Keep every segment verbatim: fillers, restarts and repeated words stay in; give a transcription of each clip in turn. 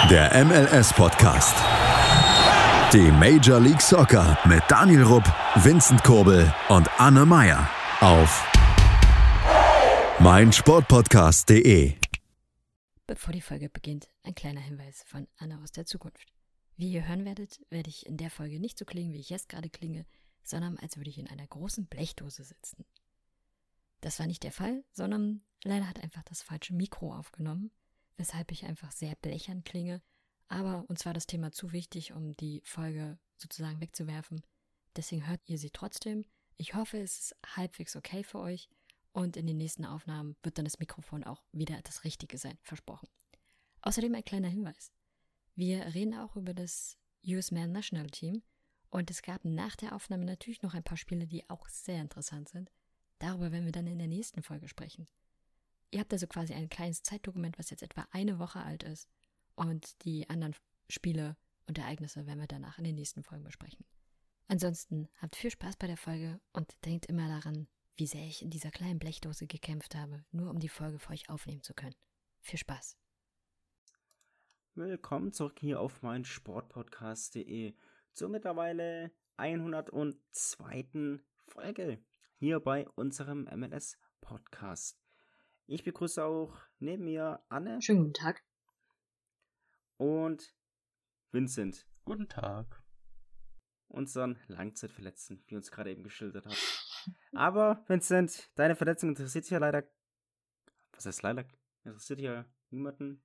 Der M L S-Podcast. Die Major League Soccer mit Daniel Rupp, Vincent Kurbel und Anne Meyer auf meinsportpodcast punkt de. Bevor die Folge beginnt, ein kleiner Hinweis von Anne aus der Zukunft. Wie ihr hören werdet, werde ich in der Folge nicht so klingen, wie ich jetzt gerade klinge, sondern als würde ich in einer großen Blechdose sitzen. Das war nicht der Fall, sondern leider hat einfach das falsche Mikro aufgenommen, weshalb ich einfach sehr blechern klinge. Aber uns war das Thema zu wichtig, um die Folge sozusagen wegzuwerfen. Deswegen hört ihr sie trotzdem. Ich hoffe, es ist halbwegs okay für euch. Und in den nächsten Aufnahmen wird dann das Mikrofon auch wieder das Richtige sein, versprochen. Außerdem ein kleiner Hinweis. Wir reden auch über das U S Men National Team. Und es gab nach der Aufnahme natürlich noch ein paar Spiele, die auch sehr interessant sind. Darüber werden wir dann in der nächsten Folge sprechen. Ihr habt also quasi ein kleines Zeitdokument, was jetzt etwa eine Woche alt ist. Und die anderen Spiele und Ereignisse werden wir danach in den nächsten Folgen besprechen. Ansonsten habt viel Spaß bei der Folge und denkt immer daran, wie sehr ich in dieser kleinen Blechdose gekämpft habe, nur um die Folge für euch aufnehmen zu können. Viel Spaß! Willkommen zurück hier auf meinsportpodcast punkt de zur mittlerweile hundertzweiten Folge hier bei unserem M L S-Podcast. Ich begrüße auch neben mir Anne. Schönen guten Tag. Und Vincent. Guten Tag. Unseren Langzeitverletzten, wie uns gerade eben geschildert hat. Aber Vincent, deine Verletzung interessiert ja leider, was heißt leider, interessiert ja niemanden.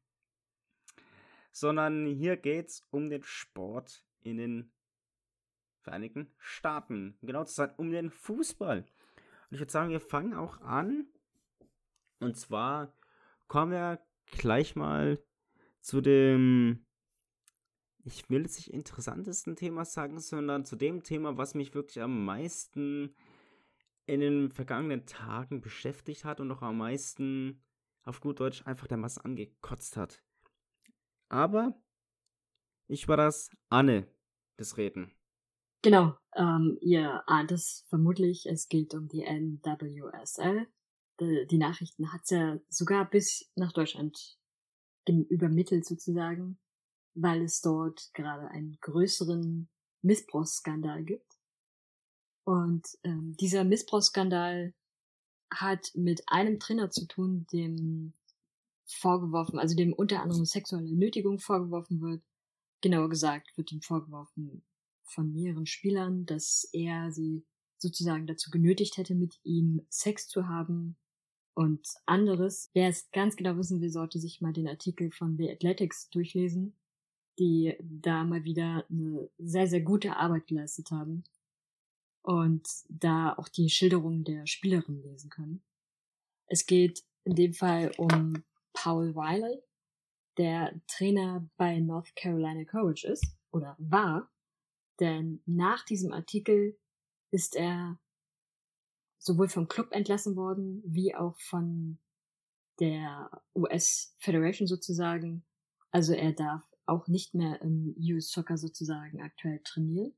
Sondern hier geht's um den Sport in den Vereinigten Staaten. Um genau zu sein, um den Fußball. Und ich würde sagen, wir fangen auch an. Und zwar kommen wir gleich mal zu dem, ich will jetzt nicht interessantesten Thema sagen, sondern zu dem Thema, was mich wirklich am meisten in den vergangenen Tagen beschäftigt hat und auch am meisten, auf gut Deutsch, einfach der Masse angekotzt hat. Aber ich war das Anne des Reden. Genau, ähm, ihr ahnt es vermutlich, es geht um die N W S L. Die, die Nachrichten hat es ja sogar bis nach Deutschland übermittelt sozusagen, weil es dort gerade einen größeren Missbrauchsskandal gibt. Und ähm, dieser Missbrauchsskandal hat mit einem Trainer zu tun, dem vorgeworfen, also dem unter anderem sexuelle Nötigung vorgeworfen wird. Genauer gesagt wird ihm vorgeworfen von mehreren Spielern, dass er sie sozusagen dazu genötigt hätte, mit ihm Sex zu haben und anderes. Wer es ganz genau wissen will, sollte sich mal den Artikel von The Athletics durchlesen, die da mal wieder eine sehr, sehr gute Arbeit geleistet haben und da auch die Schilderungen der Spielerin lesen können. Es geht in dem Fall um Paul Riley, der Trainer bei North Carolina Courage ist, oder war, denn nach diesem Artikel ist er sowohl vom Club entlassen worden, wie auch von der U S Federation sozusagen. Also er darf auch nicht mehr im U S Soccer sozusagen aktuell trainieren.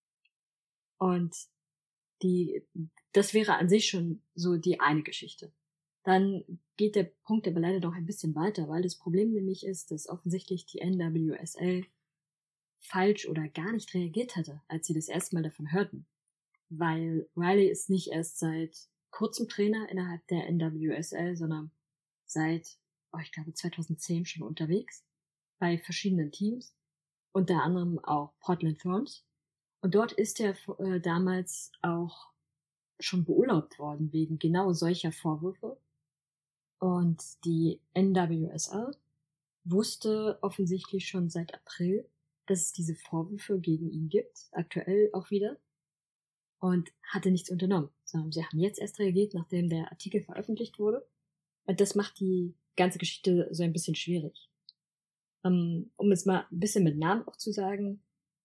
Und die, das wäre an sich schon so die eine Geschichte. Dann geht der Punkt aber leider noch ein bisschen weiter, weil das Problem nämlich ist, dass offensichtlich die N W S L falsch oder gar nicht reagiert hatte, als sie das erste Mal davon hörten. Weil Riley ist nicht erst seit kurzem Trainer innerhalb der N W S L, sondern seit, oh, ich glaube, zweitausendzehn schon unterwegs bei verschiedenen Teams, unter anderem auch Portland Thorns. Und dort ist er äh, damals auch schon beurlaubt worden wegen genau solcher Vorwürfe. Und die N W S L wusste offensichtlich schon seit April, dass es diese Vorwürfe gegen ihn gibt, aktuell auch wieder, und hatte nichts unternommen, sondern sie haben jetzt erst reagiert, nachdem der Artikel veröffentlicht wurde. Und das macht die ganze Geschichte so ein bisschen schwierig. Um, um es mal ein bisschen mit Namen auch zu sagen,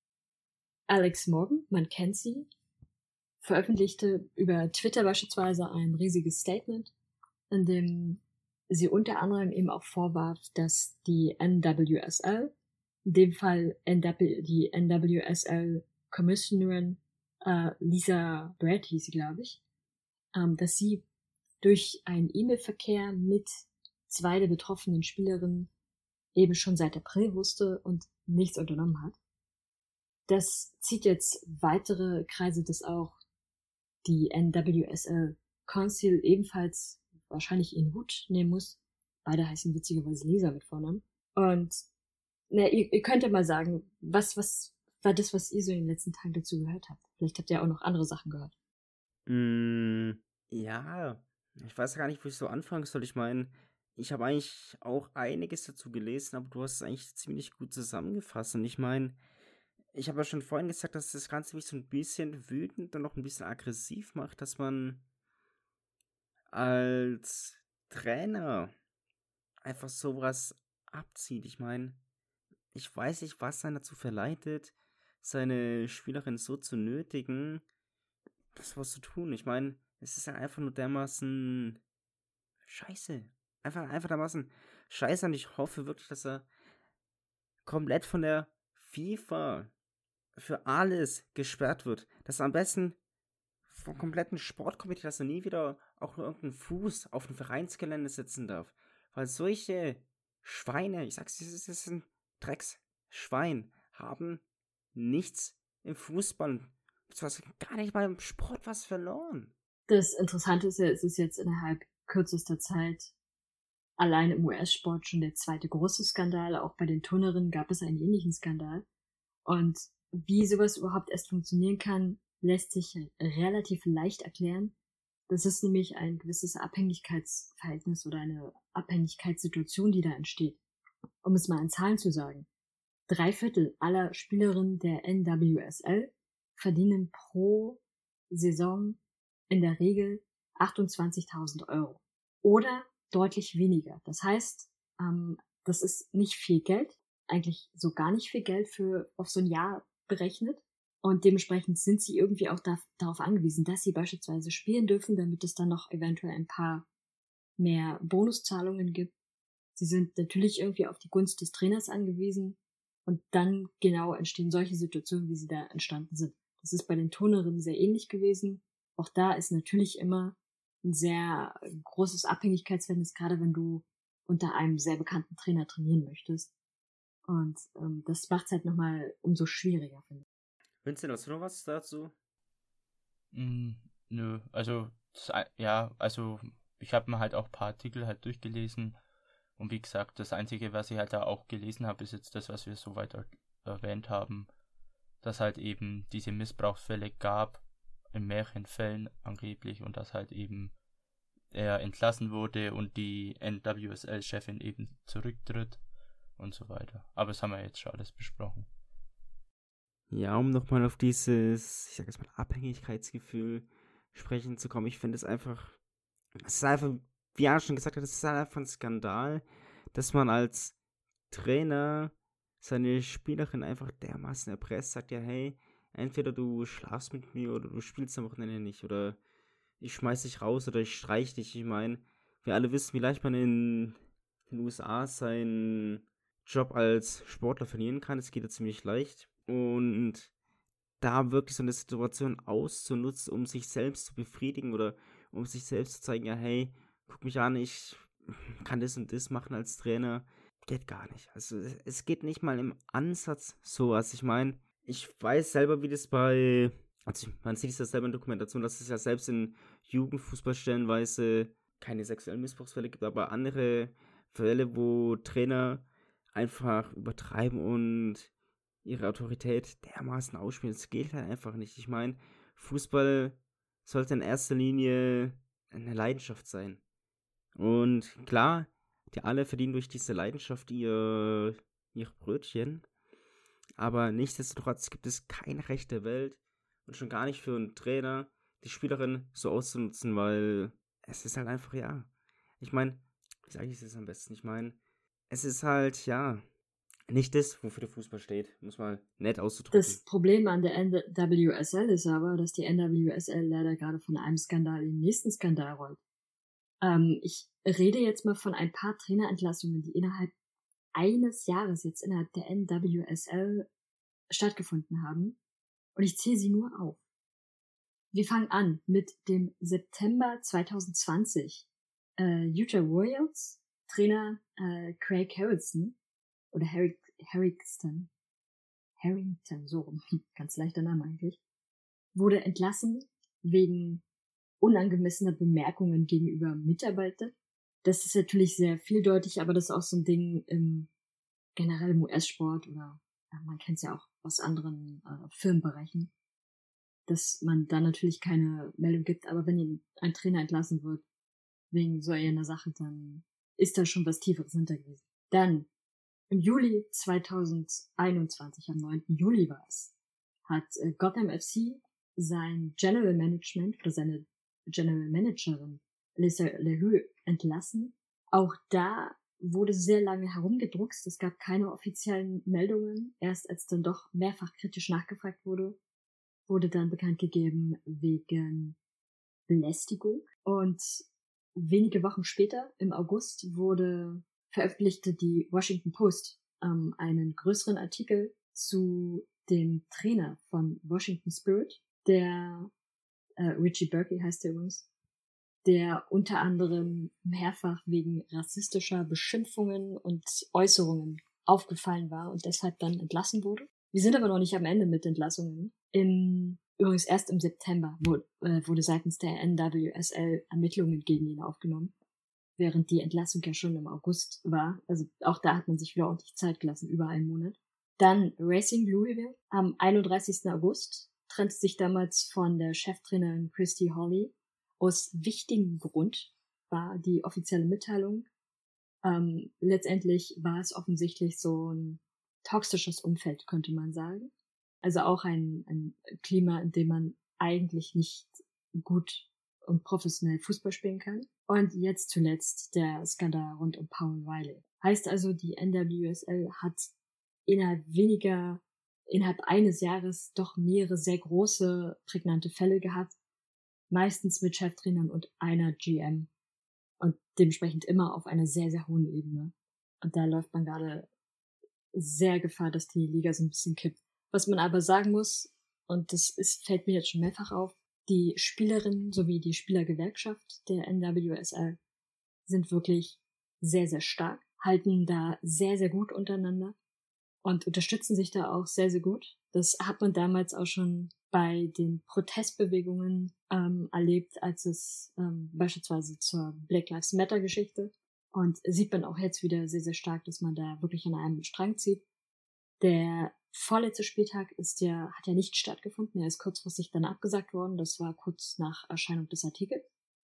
Alex Morgan, man kennt sie, veröffentlichte über Twitter beispielsweise ein riesiges Statement, in dem sie unter anderem eben auch vorwarf, dass die N W S L, in dem Fall die N W S L Commissionerin äh, Lisa Brad hieß sie, glaube ich, ähm, dass sie durch einen E-Mail-Verkehr mit zwei der betroffenen Spielerinnen eben schon seit April wusste und nichts unternommen hat. Das zieht jetzt weitere Kreise, dass auch die N W S L Council ebenfalls wahrscheinlich ihren Hut nehmen muss. Beide heißen witzigerweise Lisa mit Vornamen. Und na, ihr, ihr könnt ja mal sagen, was, was war das, was ihr so in den letzten Tagen dazu gehört habt? Vielleicht habt ihr auch noch andere Sachen gehört. Mm, ja, ich weiß gar nicht, wo ich so anfangen soll. Ich meine, ich habe eigentlich auch einiges dazu gelesen, aber du hast es eigentlich ziemlich gut zusammengefasst. Und ich meine, ich habe ja schon vorhin gesagt, dass das Ganze mich so ein bisschen wütend und noch ein bisschen aggressiv macht, dass man als Trainer einfach sowas abzieht. Ich meine, ich weiß nicht, was einen dazu verleitet, seine Spielerin so zu nötigen, das was zu tun. Ich meine, es ist ja einfach nur dermaßen scheiße. Einfach, einfach dermaßen scheiße und ich hoffe wirklich, dass er komplett von der FIFA für alles gesperrt wird. Dass er am besten vom kompletten Sportkomitee, dass er nie wieder auch nur irgendeinen Fuß auf dem Vereinsgelände setzen darf. Weil solche Schweine, ich sag's, das ist ein Drecksschwein, haben nichts im Fußball, beziehungsweise gar nicht mal im Sport was verloren. Das Interessante ist ja, es ist jetzt innerhalb kürzester Zeit allein im U S-Sport schon der zweite große Skandal. Auch bei den Turnerinnen gab es einen ähnlichen Skandal. Und wie sowas überhaupt erst funktionieren kann, lässt sich relativ leicht erklären. Das ist nämlich ein gewisses Abhängigkeitsverhältnis oder eine Abhängigkeitssituation, die da entsteht. Um es mal in Zahlen zu sagen. Drei Viertel aller Spielerinnen der N W S L verdienen pro Saison in der Regel achtundzwanzigtausend Euro. Oder deutlich weniger. Das heißt, ähm, das ist nicht viel Geld, eigentlich so gar nicht viel Geld für auf so ein Jahr berechnet. Und dementsprechend sind sie irgendwie auch da, darauf angewiesen, dass sie beispielsweise spielen dürfen, damit es dann noch eventuell ein paar mehr Bonuszahlungen gibt. Sie sind natürlich irgendwie auf die Gunst des Trainers angewiesen. Und dann genau entstehen solche Situationen, wie sie da entstanden sind. Das ist bei den Turnerinnen sehr ähnlich gewesen. Auch da ist natürlich immer ein sehr großes Abhängigkeitsverhältnis, gerade wenn du unter einem sehr bekannten Trainer trainieren möchtest. Und ähm, das macht es halt nochmal umso schwieriger, finde ich. Vincent, hast du noch was dazu? Mm, nö, also, das, ja, also, ich habe mir halt auch ein paar Artikel halt durchgelesen. Und wie gesagt, das Einzige, was ich halt da auch gelesen habe, ist jetzt das, was wir soweit er- erwähnt haben, dass halt eben diese Missbrauchsfälle gab, in mehreren Fällen angeblich, und dass halt eben er entlassen wurde und die N W S L-Chefin eben zurücktritt und so weiter. Aber das haben wir jetzt schon alles besprochen. Ja, um nochmal auf dieses, ich sag jetzt mal, Abhängigkeitsgefühl sprechen zu kommen, ich finde es einfach, es ist einfach, wie Anna schon gesagt hat, es ist halt einfach ein Skandal, dass man als Trainer seine Spielerin einfach dermaßen erpresst, sagt ja, hey, entweder du schlafst mit mir oder du spielst am Wochenende nicht oder ich schmeiß dich raus oder ich streich dich. Ich meine, wir alle wissen, wie leicht man in den U S A seinen Job als Sportler verlieren kann. Es geht ja ziemlich leicht. Und da wirklich so eine Situation auszunutzen, um sich selbst zu befriedigen oder um sich selbst zu zeigen, ja, hey, guck mich an, ich kann das und das machen als Trainer, geht gar nicht. Also es geht nicht mal im Ansatz sowas. Ich meine, ich weiß selber, wie das bei, also man sieht es ja selber in Dokumentation, dass es ja selbst in Jugendfußball stellenweise keine sexuellen Missbrauchsfälle gibt, aber andere Fälle, wo Trainer einfach übertreiben und ihre Autorität dermaßen ausspielen. Das geht halt einfach nicht. Ich meine, Fußball sollte in erster Linie eine Leidenschaft sein. Und klar, die alle verdienen durch diese Leidenschaft ihr, ihre Brötchen. Aber nichtsdestotrotz gibt es kein Recht der Welt und schon gar nicht für einen Trainer, die Spielerin so auszunutzen, weil es ist halt einfach, ja. Ich meine, wie sage ich es am besten? Ich meine, es ist halt, ja, nicht das, wofür der Fußball steht, muss mal nett auszudrücken. Das Problem an der N W S L ist aber, dass die N W S L leider gerade von einem Skandal in den nächsten Skandal rollt. Ähm, ich rede jetzt mal von ein paar Trainerentlassungen, die innerhalb eines Jahres jetzt innerhalb der N W S L stattgefunden haben. Und ich zähle sie nur auf. Wir fangen an mit dem September zwanzig zwanzig. Äh, Utah Royals, Trainer äh, Craig Harrelson, oder Harry, Harrington, Harrington, so rum, ganz leichter Name eigentlich, wurde entlassen wegen unangemessener Bemerkungen gegenüber Mitarbeitern. Das ist natürlich sehr vieldeutig, aber das ist auch so ein Ding im generell im U S-Sport oder ja, man kennt es ja auch aus anderen äh, Firmenbereichen, dass man da natürlich keine Meldung gibt, aber wenn ein Trainer entlassen wird wegen so einer Sache, dann ist da schon was Tieferes hinter gewesen. Dann im Juli zweitausendeinundzwanzig, am neunten Juli war es, hat äh, Gotham F C sein General Management oder seine General Managerin Lisa LeHue entlassen. Auch da wurde sehr lange herumgedruckst. Es gab keine offiziellen Meldungen. Erst als dann doch mehrfach kritisch nachgefragt wurde, wurde dann bekannt gegeben wegen Belästigung. Und wenige Wochen später, im August, wurde veröffentlichte die Washington Post ähm, einen größeren Artikel zu dem Trainer von Washington Spirit, der äh, Richie Berkey heißt er übrigens, der unter anderem mehrfach wegen rassistischer Beschimpfungen und Äußerungen aufgefallen war und deshalb dann entlassen wurde. Wir sind aber noch nicht am Ende mit Entlassungen. Im, übrigens erst im September wurde, äh, wurde seitens der N W S L Ermittlungen gegen ihn aufgenommen, während die Entlassung ja schon im August war. Also auch da hat man sich wieder ordentlich Zeit gelassen, über einen Monat. Dann Racing Louisville am einunddreißigsten August trennte sich damals von der Cheftrainerin Christy Holly. Aus wichtigem Grund war die offizielle Mitteilung. Ähm, letztendlich war es offensichtlich so ein toxisches Umfeld, könnte man sagen. Also auch ein, ein Klima, in dem man eigentlich nicht gut und professionell Fußball spielen kann. Und jetzt zuletzt der Skandal rund um Paul Riley. Heißt also, die N W S L hat innerhalb weniger, innerhalb eines Jahres doch mehrere sehr große, prägnante Fälle gehabt. Meistens mit Cheftrainern und einer G M. Und dementsprechend immer auf einer sehr, sehr hohen Ebene. Und da läuft man gerade sehr Gefahr, dass die Liga so ein bisschen kippt. Was man aber sagen muss, und das ist, fällt mir jetzt schon mehrfach auf, die Spielerinnen sowie die Spielergewerkschaft der N W S L sind wirklich sehr, sehr stark, halten da sehr, sehr gut untereinander und unterstützen sich da auch sehr, sehr gut. Das hat man damals auch schon bei den Protestbewegungen ähm, erlebt, als es ähm, beispielsweise zur Black Lives Matter Geschichte, und sieht man auch jetzt wieder sehr, sehr stark, dass man da wirklich an einem Strang zieht. Der vorletzte Spieltag ist ja, hat ja nicht stattgefunden, er ist kurzfristig dann abgesagt worden, das war kurz nach Erscheinung des Artikels.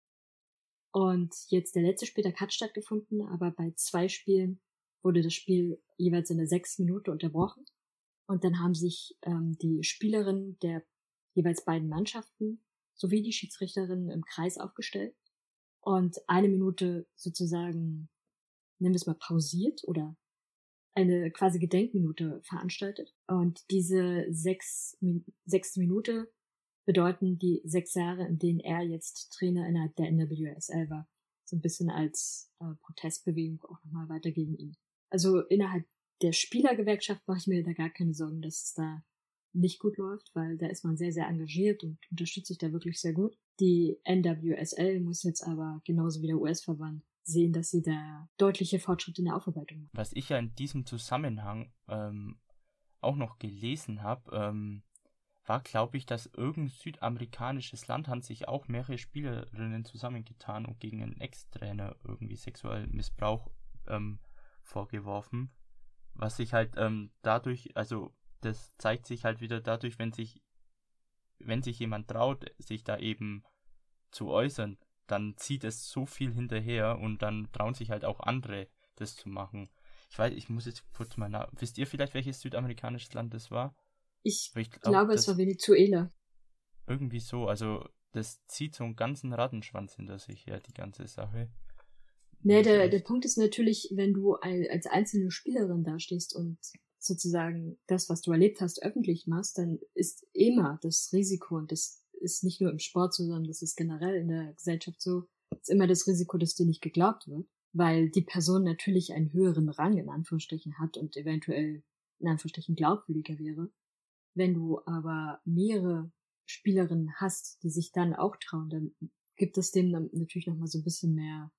Und jetzt der letzte Spieltag hat stattgefunden, aber bei zwei Spielen wurde das Spiel jeweils in der sechsten Minute unterbrochen. Und dann haben sich ähm, die Spielerinnen der jeweils beiden Mannschaften sowie die Schiedsrichterinnen im Kreis aufgestellt und eine Minute sozusagen, nennen wir es mal, pausiert oder eine quasi Gedenkminute veranstaltet. Und diese sechs, sechste Minute bedeuten die sechs Jahre, in denen er jetzt Trainer innerhalb der N W S L war. So ein bisschen als äh, Protestbewegung auch nochmal weiter gegen ihn. Also innerhalb der Spielergewerkschaft mache ich mir da gar keine Sorgen, dass es da nicht gut läuft, weil da ist man sehr, sehr engagiert und unterstützt sich da wirklich sehr gut. Die N W S L muss jetzt aber genauso wie der U S-Verband sehen, dass sie da deutliche Fortschritte in der Aufarbeitung machen. Was ich ja in diesem Zusammenhang ähm, auch noch gelesen habe, ähm, war, glaube ich, dass irgendein südamerikanisches Land hat sich auch mehrere Spielerinnen zusammengetan und gegen einen Ex-Trainer irgendwie sexuellen Missbrauch ähm, vorgeworfen. Was sich halt ähm, dadurch, also das zeigt sich halt wieder dadurch, wenn sich, wenn sich jemand traut, sich da eben zu äußern, dann zieht es so viel hinterher und dann trauen sich halt auch andere, das zu machen. Ich weiß, ich muss jetzt kurz mal nach. Wisst ihr vielleicht, welches südamerikanisches Land das war? Ich, ich glaub, glaube, es war Venezuela. Irgendwie so, also das zieht so einen ganzen Rattenschwanz hinter sich her, die ganze Sache. Nee, der, der Punkt ist natürlich, wenn du als einzelne Spielerin dastehst und sozusagen das, was du erlebt hast, öffentlich machst, dann ist immer das Risiko, und das ist nicht nur im Sport so, sondern das ist generell in der Gesellschaft so, ist immer das Risiko, dass dir nicht geglaubt wird, weil die Person natürlich einen höheren Rang in Anführungsstrichen hat und eventuell in Anführungsstrichen glaubwürdiger wäre. Wenn du aber mehrere Spielerinnen hast, die sich dann auch trauen, dann gibt es denen dann natürlich nochmal so ein bisschen mehr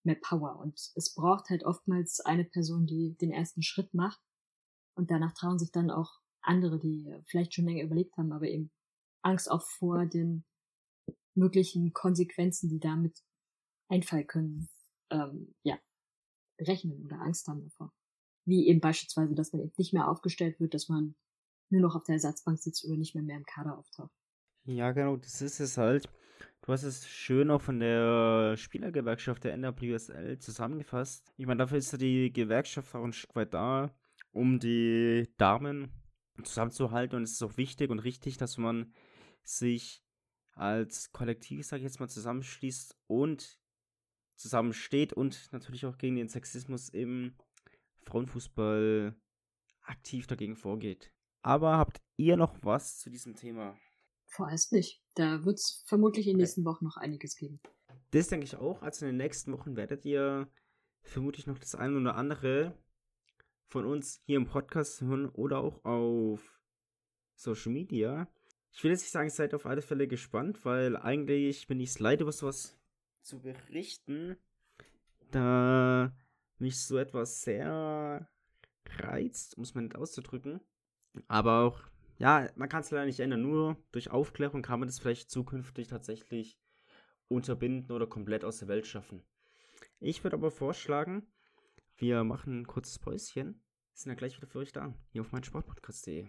mehr Power. Und es braucht halt oftmals eine Person, die den ersten Schritt macht. Und danach trauen sich dann auch andere, die vielleicht schon länger überlegt haben, aber eben Angst auch vor den möglichen Konsequenzen, die damit einfallen können, ähm, ja, rechnen oder Angst haben davor. Wie eben beispielsweise, dass man eben nicht mehr aufgestellt wird, dass man nur noch auf der Ersatzbank sitzt oder nicht mehr mehr im Kader auftaucht. Ja, genau, das ist es halt. Du hast es schön auch von der Spielergewerkschaft der N W S L zusammengefasst. Ich meine, dafür ist ja die Gewerkschaft auch ein Stück weit da, um die Damen zusammenzuhalten. Und es ist auch wichtig und richtig, dass man sich als Kollektiv, sag ich jetzt mal, zusammenschließt und zusammensteht und natürlich auch gegen den Sexismus im Frauenfußball aktiv dagegen vorgeht. Aber habt ihr noch was zu diesem Thema? Vorerst nicht. Da wird es vermutlich in den nächsten Wochen noch einiges geben. Das denke ich auch. Also in den nächsten Wochen werdet ihr vermutlich noch das eine oder andere von uns hier im Podcast hören oder auch auf Social Media. Ich will jetzt nicht sagen, seid auf alle Fälle gespannt, weil eigentlich bin ich es leid, über sowas zu berichten, da mich so etwas sehr reizt, um es mal nicht auszudrücken. Aber auch, ja, man kann es leider nicht ändern. Nur durch Aufklärung kann man das vielleicht zukünftig tatsächlich unterbinden oder komplett aus der Welt schaffen. Ich würde aber vorschlagen, wir machen ein kurzes Päuschen. Sind ja gleich wieder für euch da, hier auf meinsportpodcast punkt de.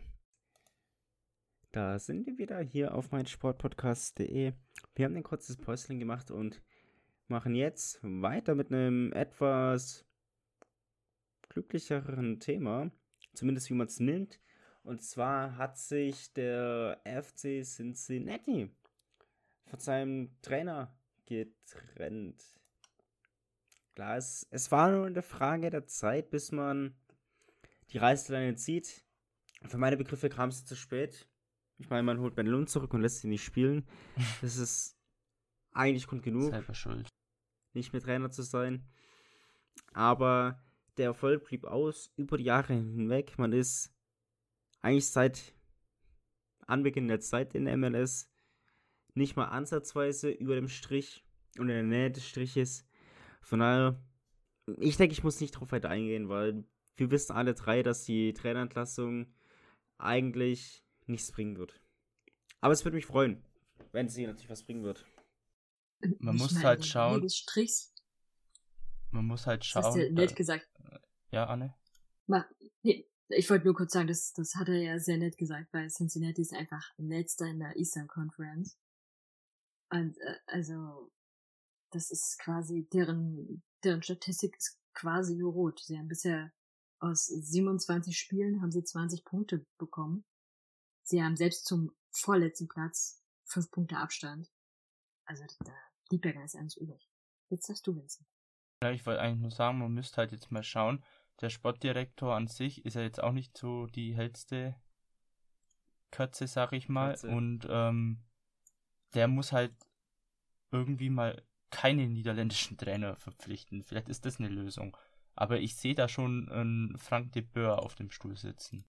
Da sind wir wieder hier auf meinsportpodcast punkt de. Wir haben ein kurzes Päuschen gemacht und machen jetzt weiter mit einem etwas glücklicheren Thema, zumindest wie man es nimmt. Und zwar hat sich der F C Cincinnati von seinem Trainer getrennt. Klar, es, es war nur eine Frage der Zeit, bis man die Reißleine zieht. Für meine Begriffe kam es zu spät. Ich meine, man holt Ben Lund zurück und lässt ihn nicht spielen. Das ist eigentlich Grund genug, Selber schuld. nicht mehr Trainer zu sein. Aber der Erfolg blieb aus über die Jahre hinweg. Man ist eigentlich seit Anbeginn der Zeit in der M L S nicht mal ansatzweise über dem Strich und in der Nähe des Striches. Von daher, ich denke, ich muss nicht drauf weiter eingehen, weil wir wissen alle drei, dass die Trainerentlassung eigentlich nichts bringen wird. Aber es würde mich freuen, wenn sie natürlich was bringen wird. Man Ich muss meine, halt in der schauen- Nähe des Strichs, Man muss halt das schauen. hast du ja nett äh, gesagt. ja, Anne? Ma- nee, ich wollte nur kurz sagen, das, das hat er ja sehr nett gesagt, weil Cincinnati ist einfach letzter in der Eastern Conference. Und äh, also, das ist quasi, deren, deren Statistik ist quasi nur rot. Sie haben bisher aus siebenundzwanzig Spielen haben sie zwanzig Punkte bekommen. Sie haben selbst zum vorletzten Platz fünf Punkte Abstand. Also da blieb ja gar nichts anderes übrig. Jetzt darfst du, Vincent. Ja, ich wollte eigentlich nur sagen, man müsste halt jetzt mal schauen. Der Sportdirektor an sich ist ja jetzt auch nicht so die hellste Katze, sag ich mal. Katze. Und ähm, der muss halt irgendwie mal keine niederländischen Trainer verpflichten. Vielleicht ist das eine Lösung. Aber ich sehe da schon einen Frank de Boer auf dem Stuhl sitzen.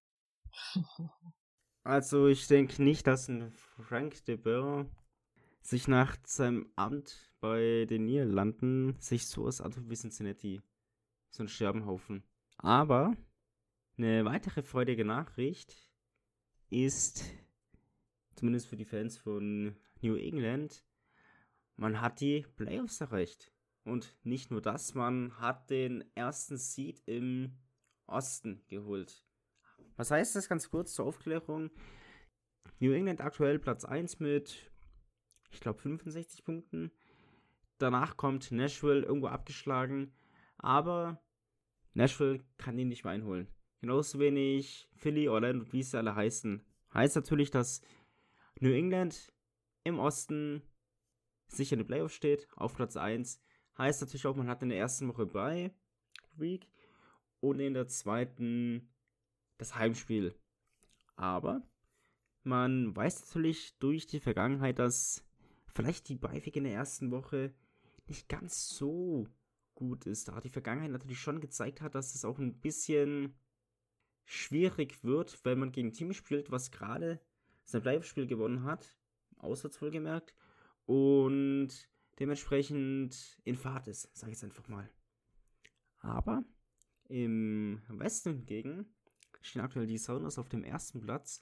Also ich denke nicht, dass ein Frank de Boer sich nach seinem Amt bei den Niederlanden sich so aus wie Cincinnati, so ein Scherbenhaufen. Aber eine weitere freudige Nachricht ist, zumindest für die Fans von New England, man hat die Playoffs erreicht. Und nicht nur das, man hat den ersten Seed im Osten geholt. Was heißt das ganz kurz zur Aufklärung? New England aktuell Platz eins mit, ich glaube, fünfundsechzig Punkten. Danach kommt Nashville irgendwo abgeschlagen. Aber Nashville kann ihn nicht mehr einholen. Genauso wenig Philly, Orlando, wie sie alle heißen. Heißt natürlich, dass New England im Osten sicher in den Playoffs steht, auf Platz eins. Heißt natürlich auch, man hat in der ersten Woche Bye Week und in der zweiten das Heimspiel. Aber man weiß natürlich durch die Vergangenheit, dass vielleicht die Bye Week in der ersten Woche nicht ganz so gut ist. Da die Vergangenheit natürlich schon gezeigt hat, dass es auch ein bisschen schwierig wird, wenn man gegen ein Team spielt, was gerade sein Playoff-Spiel gewonnen hat, auswärts wohlgemerkt, und dementsprechend in Fahrt ist, sage ich jetzt einfach mal. Aber im Westen hingegen stehen aktuell die Sounders auf dem ersten Platz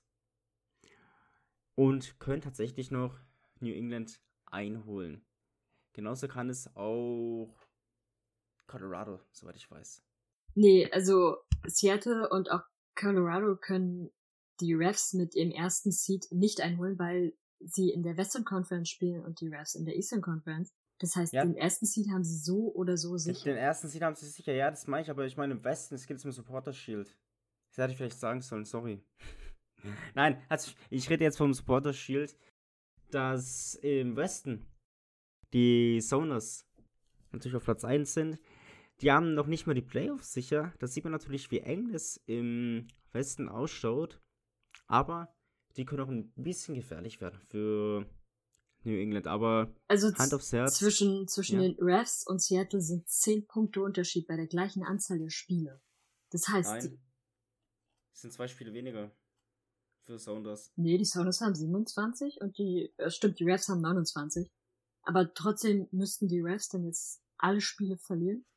und können tatsächlich noch New England einholen. Genauso kann es auch Colorado, soweit ich weiß. Nee, also Seattle und auch Colorado können die Refs mit ihrem ersten Seed nicht einholen, weil sie in der Western Conference spielen und die Refs in der Eastern Conference. Das heißt, Ja. den ersten Seed haben sie so oder so sicher. Den ersten Seed haben sie sicher, ja, das meine ich, aber ich meine im Westen, es geht um Supporter Shield. Das hätte ich vielleicht sagen sollen, sorry. Nein, also ich rede jetzt vom Supporter Shield, dass im Westen die Sounders natürlich auf Platz eins sind. Die haben noch nicht mal die Playoffs sicher. Da sieht man natürlich, wie eng es im Westen ausschaut. Aber die können auch ein bisschen gefährlich werden für New England. Aber Also Hand aufs Herz. zwischen, zwischen Ja. den Refs und Seattle sind zehn Punkte Unterschied bei der gleichen Anzahl der Spiele. Das heißt, die, Nein, es sind zwei Spiele weniger für Sounders. nee, die Sounders haben siebenundzwanzig und die, äh, stimmt, die Refs haben neunundzwanzig. Aber trotzdem müssten die Refs dann jetzt alle Spiele verlieren.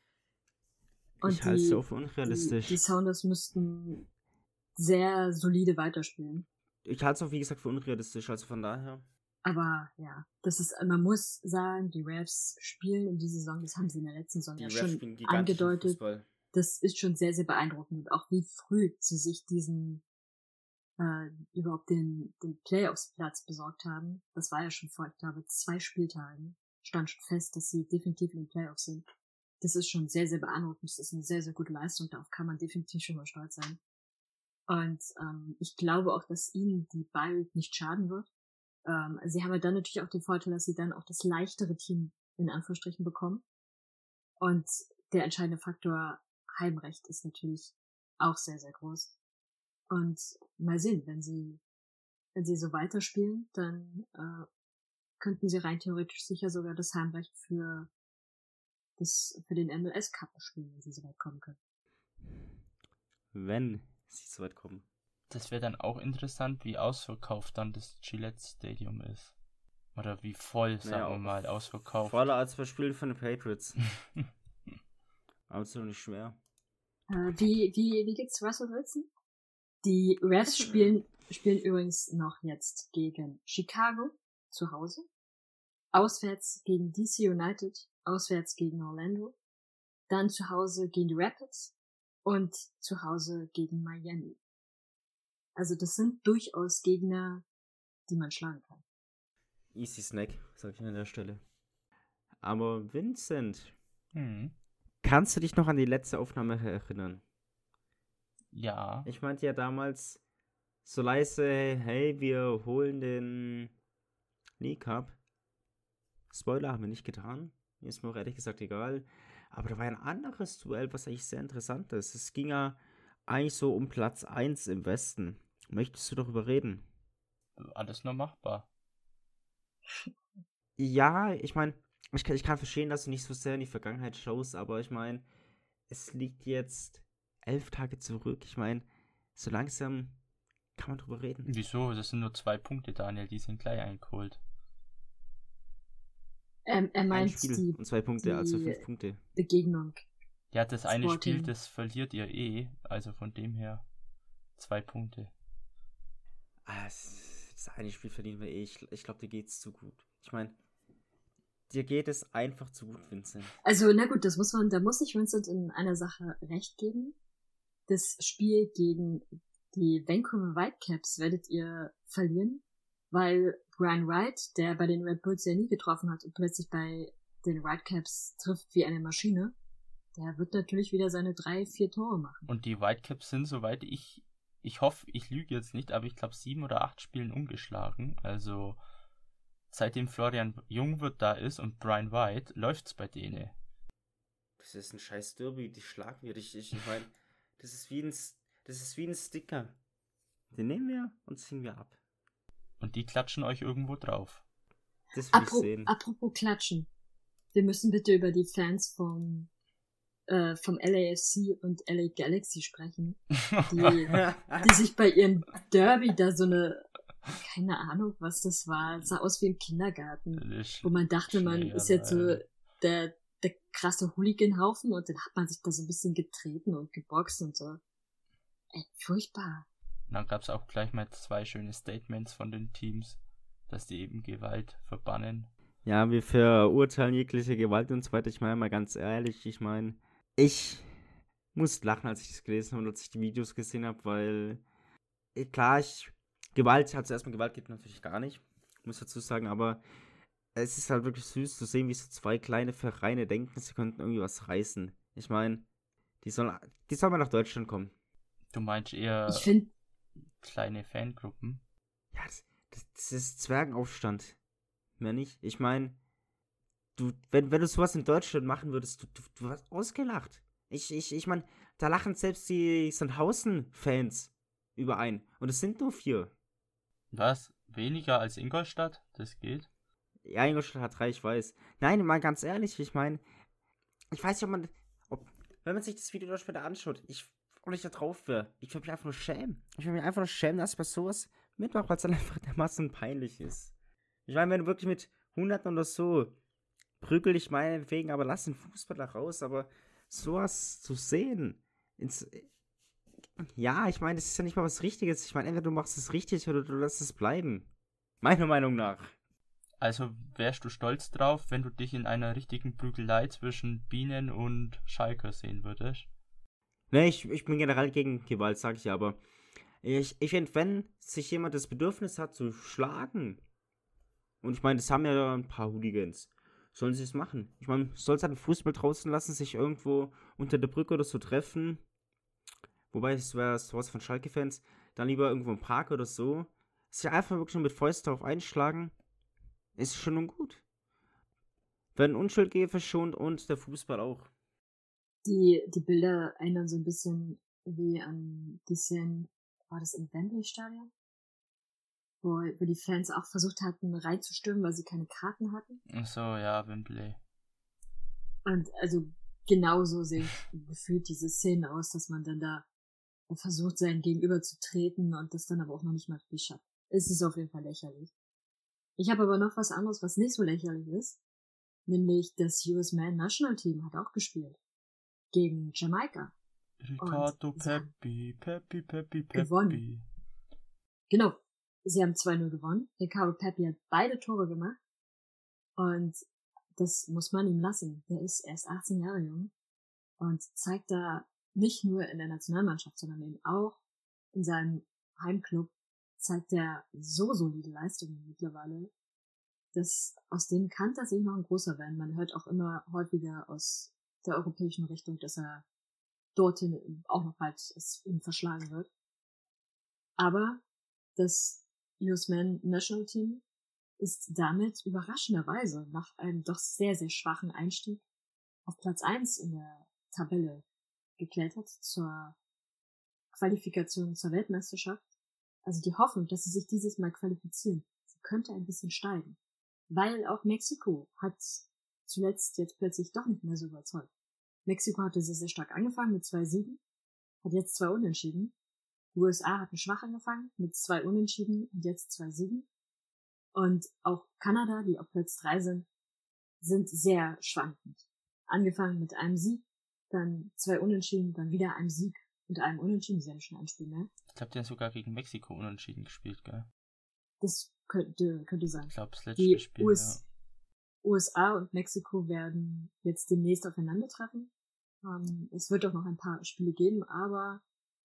Und Ich halte es die, auch für unrealistisch. Die, die Sounders müssten sehr solide weiterspielen. Ich halte es auch, wie gesagt, für unrealistisch. Also von daher. Aber ja, das ist, man muss sagen, die Refs spielen in dieser Saison, das haben sie in der letzten Saison Die ja Refs schon spielen gigantischen angedeutet. Fußball. Das ist schon sehr, sehr beeindruckend. Und auch wie früh sie sich diesen, äh, überhaupt den, den Playoffs-Platz besorgt haben. Das war ja schon vor, ich glaube, zwei Spieltagen. Stand schon fest, dass sie definitiv in den Playoffs sind. Das ist schon sehr, sehr beeindruckend. Das ist eine sehr, sehr gute Leistung. Darauf kann man definitiv schon mal stolz sein. Und ähm, ich glaube auch, dass ihnen die Bye Week nicht schaden wird. Ähm, sie haben ja dann natürlich auch den Vorteil, dass sie dann auch das leichtere Team in Anführungsstrichen bekommen. Und der entscheidende Faktor Heimrecht ist natürlich auch sehr, sehr groß. Und mal sehen, wenn sie, wenn sie so weiterspielen, dann äh, könnten sie rein theoretisch sicher sogar das Heimrecht für das, für den M L S Cup spielen, wenn sie so weit kommen können. Wenn sie so weit kommen. Das wäre dann auch interessant, wie ausverkauft dann das Gillette Stadium ist. Oder wie voll, sagen Naja, wir mal, ausverkauft. Voller als bei Spielen von den Patriots. Aber ist doch nicht schwer. Äh, wie, wie, wie geht's Russell Wilson? Die Refs spielen, spielen übrigens noch jetzt gegen Chicago zu Hause, auswärts gegen D C United, auswärts gegen Orlando, dann zu Hause gegen die Rapids und zu Hause gegen Miami. Also das sind durchaus Gegner, die man schlagen kann. Easy Snack, sag ich an der Stelle. Aber Vincent, Hm. kannst du dich noch an die letzte Aufnahme erinnern? Ja. Ich meinte ja damals so leise, hey, wir holen den League Cup. Spoiler haben wir nicht getan. Mir ist mir auch ehrlich gesagt egal. Aber da war ein anderes Duell, was eigentlich sehr interessant ist. Es ging ja eigentlich so um Platz eins im Westen. Möchtest du darüber reden? Alles nur machbar. Ja, ich meine, ich kann, ich kann verstehen, dass du nicht so sehr in die Vergangenheit schaust, aber ich meine, es liegt jetzt elf Tage zurück. Ich meine, so langsam kann man drüber reden. Wieso? Das sind nur zwei Punkte, Daniel. Die sind gleich eingeholt. Ähm, er Ein meint Spiel die und zwei Punkte, die- also fünf Punkte. Begegnung. Ja, das eine Sporting. Spiel, das verliert ihr eh. Also von dem her zwei Punkte. Ah, das das eine Spiel verdienen wir eh. Ich, ich glaube, dir geht's zu gut. Ich meine, dir geht es einfach zu gut, Vincent. Also, na gut, das muss man, da muss ich Vincent in einer Sache recht geben. Das Spiel gegen die Vancouver Whitecaps werdet ihr verlieren, weil Brian Wright, der bei den Red Bulls ja nie getroffen hat und plötzlich bei den Whitecaps trifft wie eine Maschine, der wird natürlich wieder seine drei, vier Tore machen. Und die Whitecaps sind, soweit ich, ich hoffe, ich lüge jetzt nicht, aber ich glaube sieben oder acht Spielen ungeschlagen. Also seitdem Florian Jungwirth da ist und Brian White, läuft's bei denen. Das ist ein scheiß Derby, die schlagen wir dich. Ich meine, das ist wie ein, S- das ist wie ein Sticker. Den nehmen wir und ziehen wir ab. Und die klatschen euch irgendwo drauf. Das will ich Apro sehen. apropos Klatschen. Wir müssen bitte über die Fans vom, äh, vom L A F C und L A Galaxy sprechen, die, die sich bei ihrem Derby da so eine keine Ahnung, was das war. Es sah aus wie im Kindergarten, Sch- wo man dachte, man ist jetzt so Schlägerei. der, der krasse Hooligan-Haufen und dann hat man sich da so ein bisschen getreten und geboxt und so. Ey, furchtbar. Und dann gab es auch gleich mal zwei schöne Statements von den Teams, dass die eben Gewalt verbannen. Ja, wir verurteilen jegliche Gewalt und so weiter. Ich meine mal ganz ehrlich, ich meine, ich muss lachen, als ich das gelesen habe und als ich die Videos gesehen habe, weil, eh, klar, ich, Gewalt, also erstmal Gewalt gibt natürlich gar nicht, muss dazu sagen, aber es ist halt wirklich süß zu sehen, wie so zwei kleine Vereine denken, sie könnten irgendwie was reißen. Ich meine, die sollen, die sollen mal nach Deutschland kommen. Du meinst eher Ich finde, kleine Fangruppen? Ja, das, das, das ist Zwergenaufstand. Mehr nicht. Ich meine, du, wenn, wenn du sowas in Deutschland machen würdest, du, du, du wirst ausgelacht. Ich, ich, ich meine, da lachen selbst die Sandhausen-Fans überein. Und es sind nur vier. Was? Weniger als Ingolstadt? Das geht? Ja, Ingolstadt hat drei, ich weiß. Nein, mal ganz ehrlich, ich meine, ich weiß nicht, ob man, ob, wenn man sich das Video da später anschaut, ich, und ich da drauf wäre, ich würde mich einfach nur schämen. Ich würde mich einfach nur schämen, dass ich bei sowas mitmache, weil es dann einfach dermaßen peinlich ist. Ich meine, wenn du wirklich mit Hunderten oder so prügel ich meinetwegen, aber lass den Fußballer raus, aber sowas zu sehen, ins, ja, ich meine, das ist ja nicht mal was Richtiges. Ich meine, entweder du machst es richtig oder du lässt es bleiben. Meiner Meinung nach. Also wärst du stolz drauf, wenn du dich in einer richtigen Prügelei zwischen Bienen und Schalker sehen würdest? Ne, ich, ich bin generell gegen Gewalt, sag ich ja, aber ich, ich finde, wenn sich jemand das Bedürfnis hat zu schlagen, und ich meine, das haben ja ein paar Hooligans, sollen sie es machen. Ich meine, soll es halt den Fußball draußen lassen, sich irgendwo unter der Brücke oder so treffen, wobei es wäre sowas von Schalke-Fans, dann lieber irgendwo im Park oder so, sich einfach wirklich nur mit Fäusten drauf einschlagen, ist schon nun gut. Werden Unschuldige verschont und der Fußball auch. die, die Bilder erinnern so ein bisschen wie an die Szenen, war das im Wembley-Stadion? Wo, wo die Fans auch versucht hatten, reinzustürmen, weil sie keine Karten hatten. Ach so, ja, Wembley. Und also genauso sehen gefühlt diese Szenen aus, dass man dann da versucht, sein Gegenüber zu treten und das dann aber auch noch nicht mal richtig schafft. Es ist auf jeden Fall lächerlich. Ich habe aber noch was anderes, was nicht so lächerlich ist. Nämlich das U S Man National Team hat auch gespielt. Gegen Jamaika. Ricardo Und sie haben Peppi, Peppi, Peppi, Peppi. gewonnen. Genau. Sie haben zwei null gewonnen. Ricardo Peppi hat beide Tore gemacht. Und das muss man ihm lassen. Der ist erst achtzehn Jahre jung und zeigt da nicht nur in der Nationalmannschaft, sondern eben auch in seinem Heimclub zeigt er so solide Leistungen mittlerweile, dass aus dem kann tatsächlich noch ein großer werden. Man hört auch immer häufiger aus der europäischen Richtung, dass er dorthin auch noch bald es ihm verschlagen wird. Aber das U S Man National Team ist damit überraschenderweise nach einem doch sehr, sehr schwachen Einstieg auf Platz eins in der Tabelle geklettert zur Qualifikation zur Weltmeisterschaft. Also die Hoffnung, dass sie sich dieses Mal qualifizieren, sie könnte ein bisschen steigen. Weil auch Mexiko hat zuletzt jetzt plötzlich doch nicht mehr so überzeugt. Mexiko hatte sehr, sehr stark angefangen mit zwei Siegen, hat jetzt zwei Unentschieden. Die U S A hatten schwach angefangen mit zwei Unentschieden und jetzt zwei Siegen. Und auch Kanada, die auf Platz drei sind, sind sehr schwankend. Angefangen mit einem Sieg, dann zwei Unentschieden, dann wieder einem Sieg und einem Unentschieden. Sie haben schon ein Spiel mehr. Ich glaube, die haben sogar gegen Mexiko unentschieden gespielt, gell? Das könnte, könnte sein. Ich glaube, das letzte Die Spiel, U S, ja. U S A und Mexiko werden jetzt demnächst aufeinandertreffen. Ähm, es wird auch noch ein paar Spiele geben, aber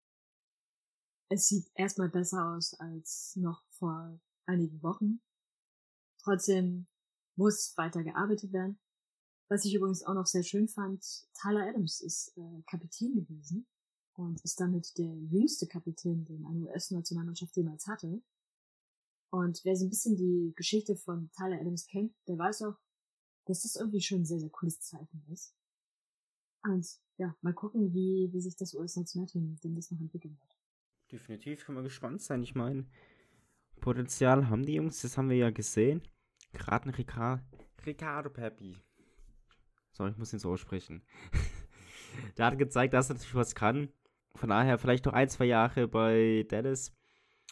es sieht erstmal besser aus als noch vor einigen Wochen. Trotzdem muss weiter gearbeitet werden. Was ich übrigens auch noch sehr schön fand, Tyler Adams ist äh, Kapitän gewesen und ist damit der jüngste Kapitän, den eine U S-Nationalmannschaft jemals hatte. Und wer so ein bisschen die Geschichte von Tyler Adams kennt, der weiß auch, dass das irgendwie schon ein sehr, sehr cooles Zeichen ist. Und ja, mal gucken, wie, wie sich das U S-Nationalteam denn das noch entwickeln wird. Definitiv kann man gespannt sein. Ich meine, Potenzial haben die Jungs, das haben wir ja gesehen. Gerade ein Ricardo, Ricardo Peppi. So, ich muss ihn so aussprechen. Der hat gezeigt, dass er natürlich was kann. Von daher vielleicht noch ein, zwei Jahre bei Dallas.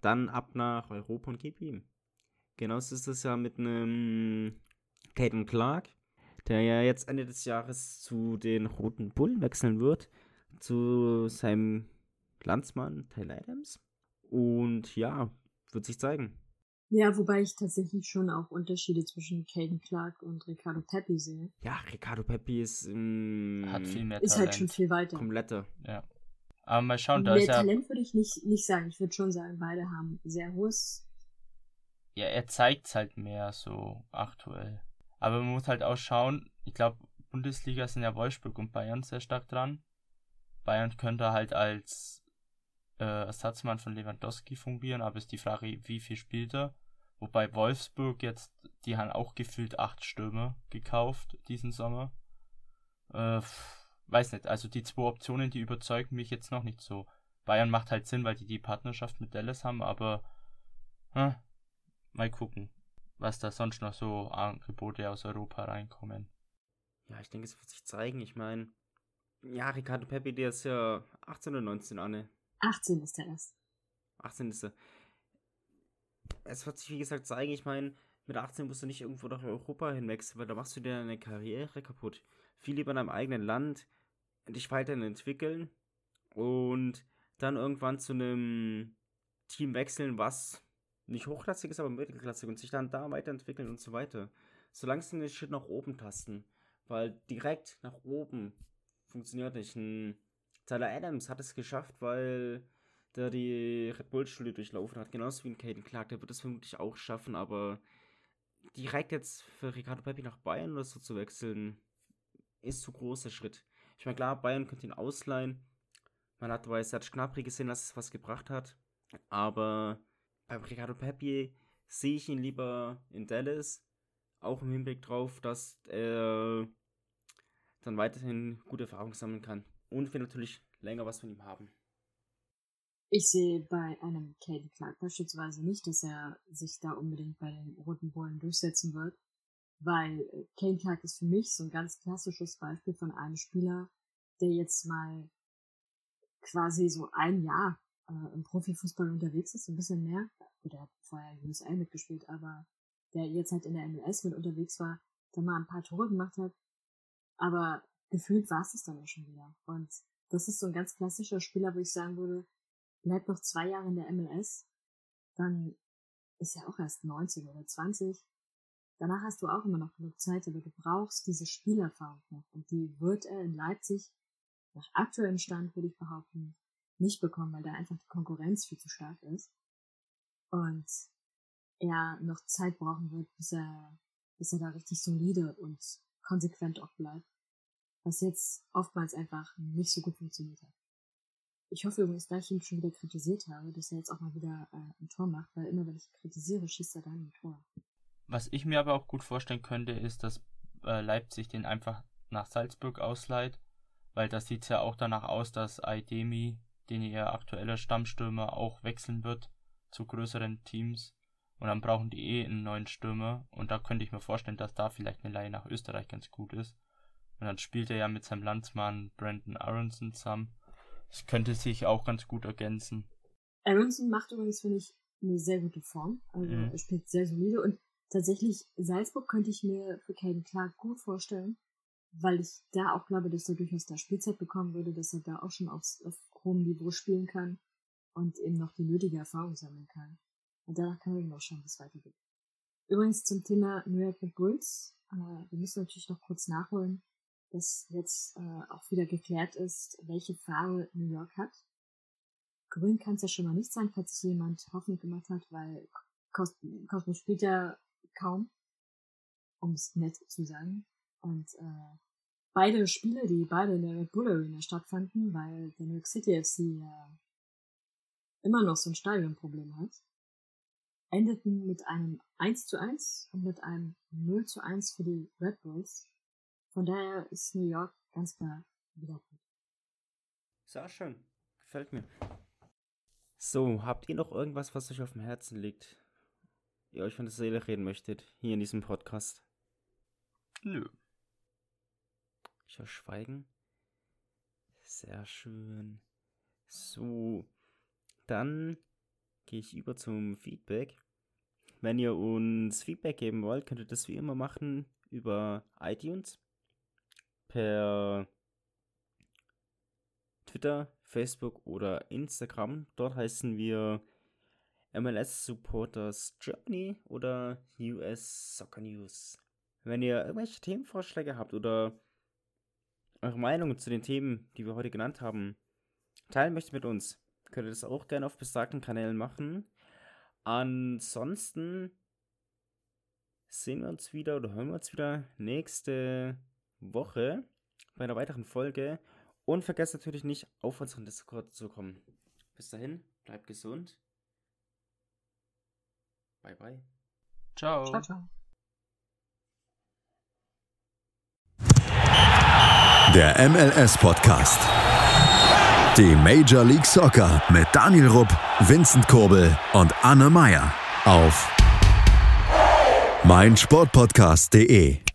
dann ab nach Europa und gib ihm. Genauso ist es ja mit einem Caden Clark, der ja jetzt Ende des Jahres zu den Roten Bullen wechseln wird, zu seinem Landsmann Tyler Adams. Und ja, wird sich zeigen. Ja, wobei ich tatsächlich schon auch Unterschiede zwischen Caden Clark und Ricardo Pepi sehe. Ja, Ricardo Pepi ist ähm, Hat viel mehr Ist Talent. halt schon viel weiter. kompletter. Ja. Aber mal schauen, da Mehr ist er. Talent würde ich nicht, nicht sagen. Ich würde schon sagen, beide haben sehr hohes. Ja, er zeigt halt mehr so aktuell. Aber man muss halt auch schauen, ich glaube, Bundesliga sind ja Wolfsburg und Bayern sehr stark dran. Bayern könnte halt als äh, Ersatzmann von Lewandowski fungieren, aber ist die Frage, wie viel spielt er? Wobei Wolfsburg jetzt, die haben auch gefühlt acht Stürmer gekauft diesen Sommer. Äh, weiß nicht, also die zwei Optionen, die überzeugen mich jetzt noch nicht so. Bayern macht halt Sinn, weil die die Partnerschaft mit Dallas haben, aber hm, mal gucken, was da sonst noch so Angebote aus Europa reinkommen. Ja, ich denke, es wird sich zeigen. Ich meine, ja, Ricardo Pepi, der ist ja achtzehn oder neunzehn, Anne. achtzehn ist er erst. achtzehn ist er. Es wird sich, wie gesagt, zeigen. Ich meine, mit achtzehn musst du nicht irgendwo nach Europa hinwechseln, weil da machst du dir deine Karriere kaputt. Viel lieber in deinem eigenen Land dich weiterhin entwickeln und dann irgendwann zu einem Team wechseln, was nicht hochklassig ist, aber mittelklassig und sich dann da weiterentwickeln und so weiter. Solange sie den Schritt nach oben tasten, weil direkt nach oben funktioniert nicht. Ein Tyler Adams hat es geschafft, weil der die Red Bull-Schule durchlaufen hat, genauso wie ein Caden Clark, der wird es vermutlich auch schaffen, aber direkt jetzt für Ricardo Pepi nach Bayern oder so zu wechseln, ist zu großer Schritt. Ich meine, klar, Bayern könnte ihn ausleihen. Man hat bei Serge Gnabry gesehen, dass es was gebracht hat. Aber bei Ricardo Pepi sehe ich ihn lieber in Dallas. Auch im Hinblick drauf, dass er dann weiterhin gute Erfahrung sammeln kann. Und wir natürlich länger was von ihm haben. Ich sehe bei einem Caden Clark beispielsweise nicht, dass er sich da unbedingt bei den Roten Bullen durchsetzen wird. Weil Caden Clark ist für mich so ein ganz klassisches Beispiel von einem Spieler, der jetzt mal quasi so ein Jahr äh, im Profifußball unterwegs ist, ein bisschen mehr. Gut, er hat vorher U S A mitgespielt, aber der jetzt halt in der M L S mit unterwegs war, der mal ein paar Tore gemacht hat. Aber gefühlt war es das dann auch schon wieder. Und das ist so ein ganz klassischer Spieler, wo ich sagen würde, bleib noch zwei Jahre in der M L S, dann ist er auch erst neunzehn oder zwanzig. Danach hast du auch immer noch genug Zeit, aber du brauchst diese Spielerfahrung noch. Und die wird er in Leipzig nach aktuellem Stand, würde ich behaupten, nicht bekommen, weil da einfach die Konkurrenz viel zu stark ist. Und er noch Zeit brauchen wird, bis er, bis er da richtig solide und konsequent auch bleibt. Was jetzt oftmals einfach nicht so gut funktioniert hat. Ich hoffe übrigens, da ich ihn schon wieder kritisiert habe, dass er jetzt auch mal wieder äh, ein Tor macht, weil immer, wenn ich kritisiere, schießt er dann ein Tor. Was ich mir aber auch gut vorstellen könnte, ist, dass äh, Leipzig den einfach nach Salzburg ausleiht, weil das sieht ja auch danach aus, dass Aidemi, den ihr aktueller Stammstürmer, auch wechseln wird zu größeren Teams und dann brauchen die eh einen neuen Stürmer und da könnte ich mir vorstellen, dass da vielleicht eine Leihe nach Österreich ganz gut ist und dann spielt er ja mit seinem Landsmann Brandon Aronson zusammen. Das könnte sich auch ganz gut ergänzen. Aronson macht übrigens, finde ich, eine sehr gute Form. Also Mhm. er spielt sehr solide und tatsächlich Salzburg könnte ich mir für Caden Clark gut vorstellen, weil ich da auch glaube, dass er durchaus da Spielzeit bekommen würde, dass er da auch schon aufs, auf hohem Niveau spielen kann und eben noch die nötige Erfahrung sammeln kann. Und danach kann man eben auch schauen, wie es weitergeht. Übrigens zum Thema New York Red Bulls. Äh, wir müssen natürlich noch kurz nachholen, dass jetzt äh, auch wieder geklärt ist, welche Farbe New York hat. Grün kann es ja schon mal nicht sein, falls sich jemand Hoffnung gemacht hat, weil Cosmo spielt ja kaum, um es nett zu sagen. Und äh, beide Spiele, die beide in der Red Bull Arena stattfanden, weil der New York City F C ja immer noch so ein Stadionproblem hat, endeten mit einem eins zu eins und mit einem null zu eins für die Red Bulls. Von daher ist New York ganz klar wieder gut. Sehr schön. Gefällt mir. So, habt ihr noch irgendwas, was euch auf dem Herzen liegt? Ihr euch von der Seele reden möchtet, hier in diesem Podcast? Nö. Ich höre Schweigen. Sehr schön. So, dann gehe ich über zum Feedback. Wenn ihr uns Feedback geben wollt, könnt ihr das wie immer machen über iTunes, per Twitter, Facebook oder Instagram. Dort heißen wir M L S Supporters Germany oder U S Soccer News. Wenn ihr irgendwelche Themenvorschläge habt oder eure Meinung zu den Themen, die wir heute genannt haben, teilen möchtet mit uns, könnt ihr das auch gerne auf besagten Kanälen machen. Ansonsten sehen wir uns wieder oder hören wir uns wieder nächste Woche bei einer weiteren Folge. Und vergesst natürlich nicht, auf unseren Discord zu kommen. Bis dahin, bleibt gesund. Bye, bye. Ciao. Ciao, ciao. Der M L S-Podcast. Die Major League Soccer mit Daniel Rupp, Vincent Kurbel und Anne Meyer auf meinsportpodcast punkt de.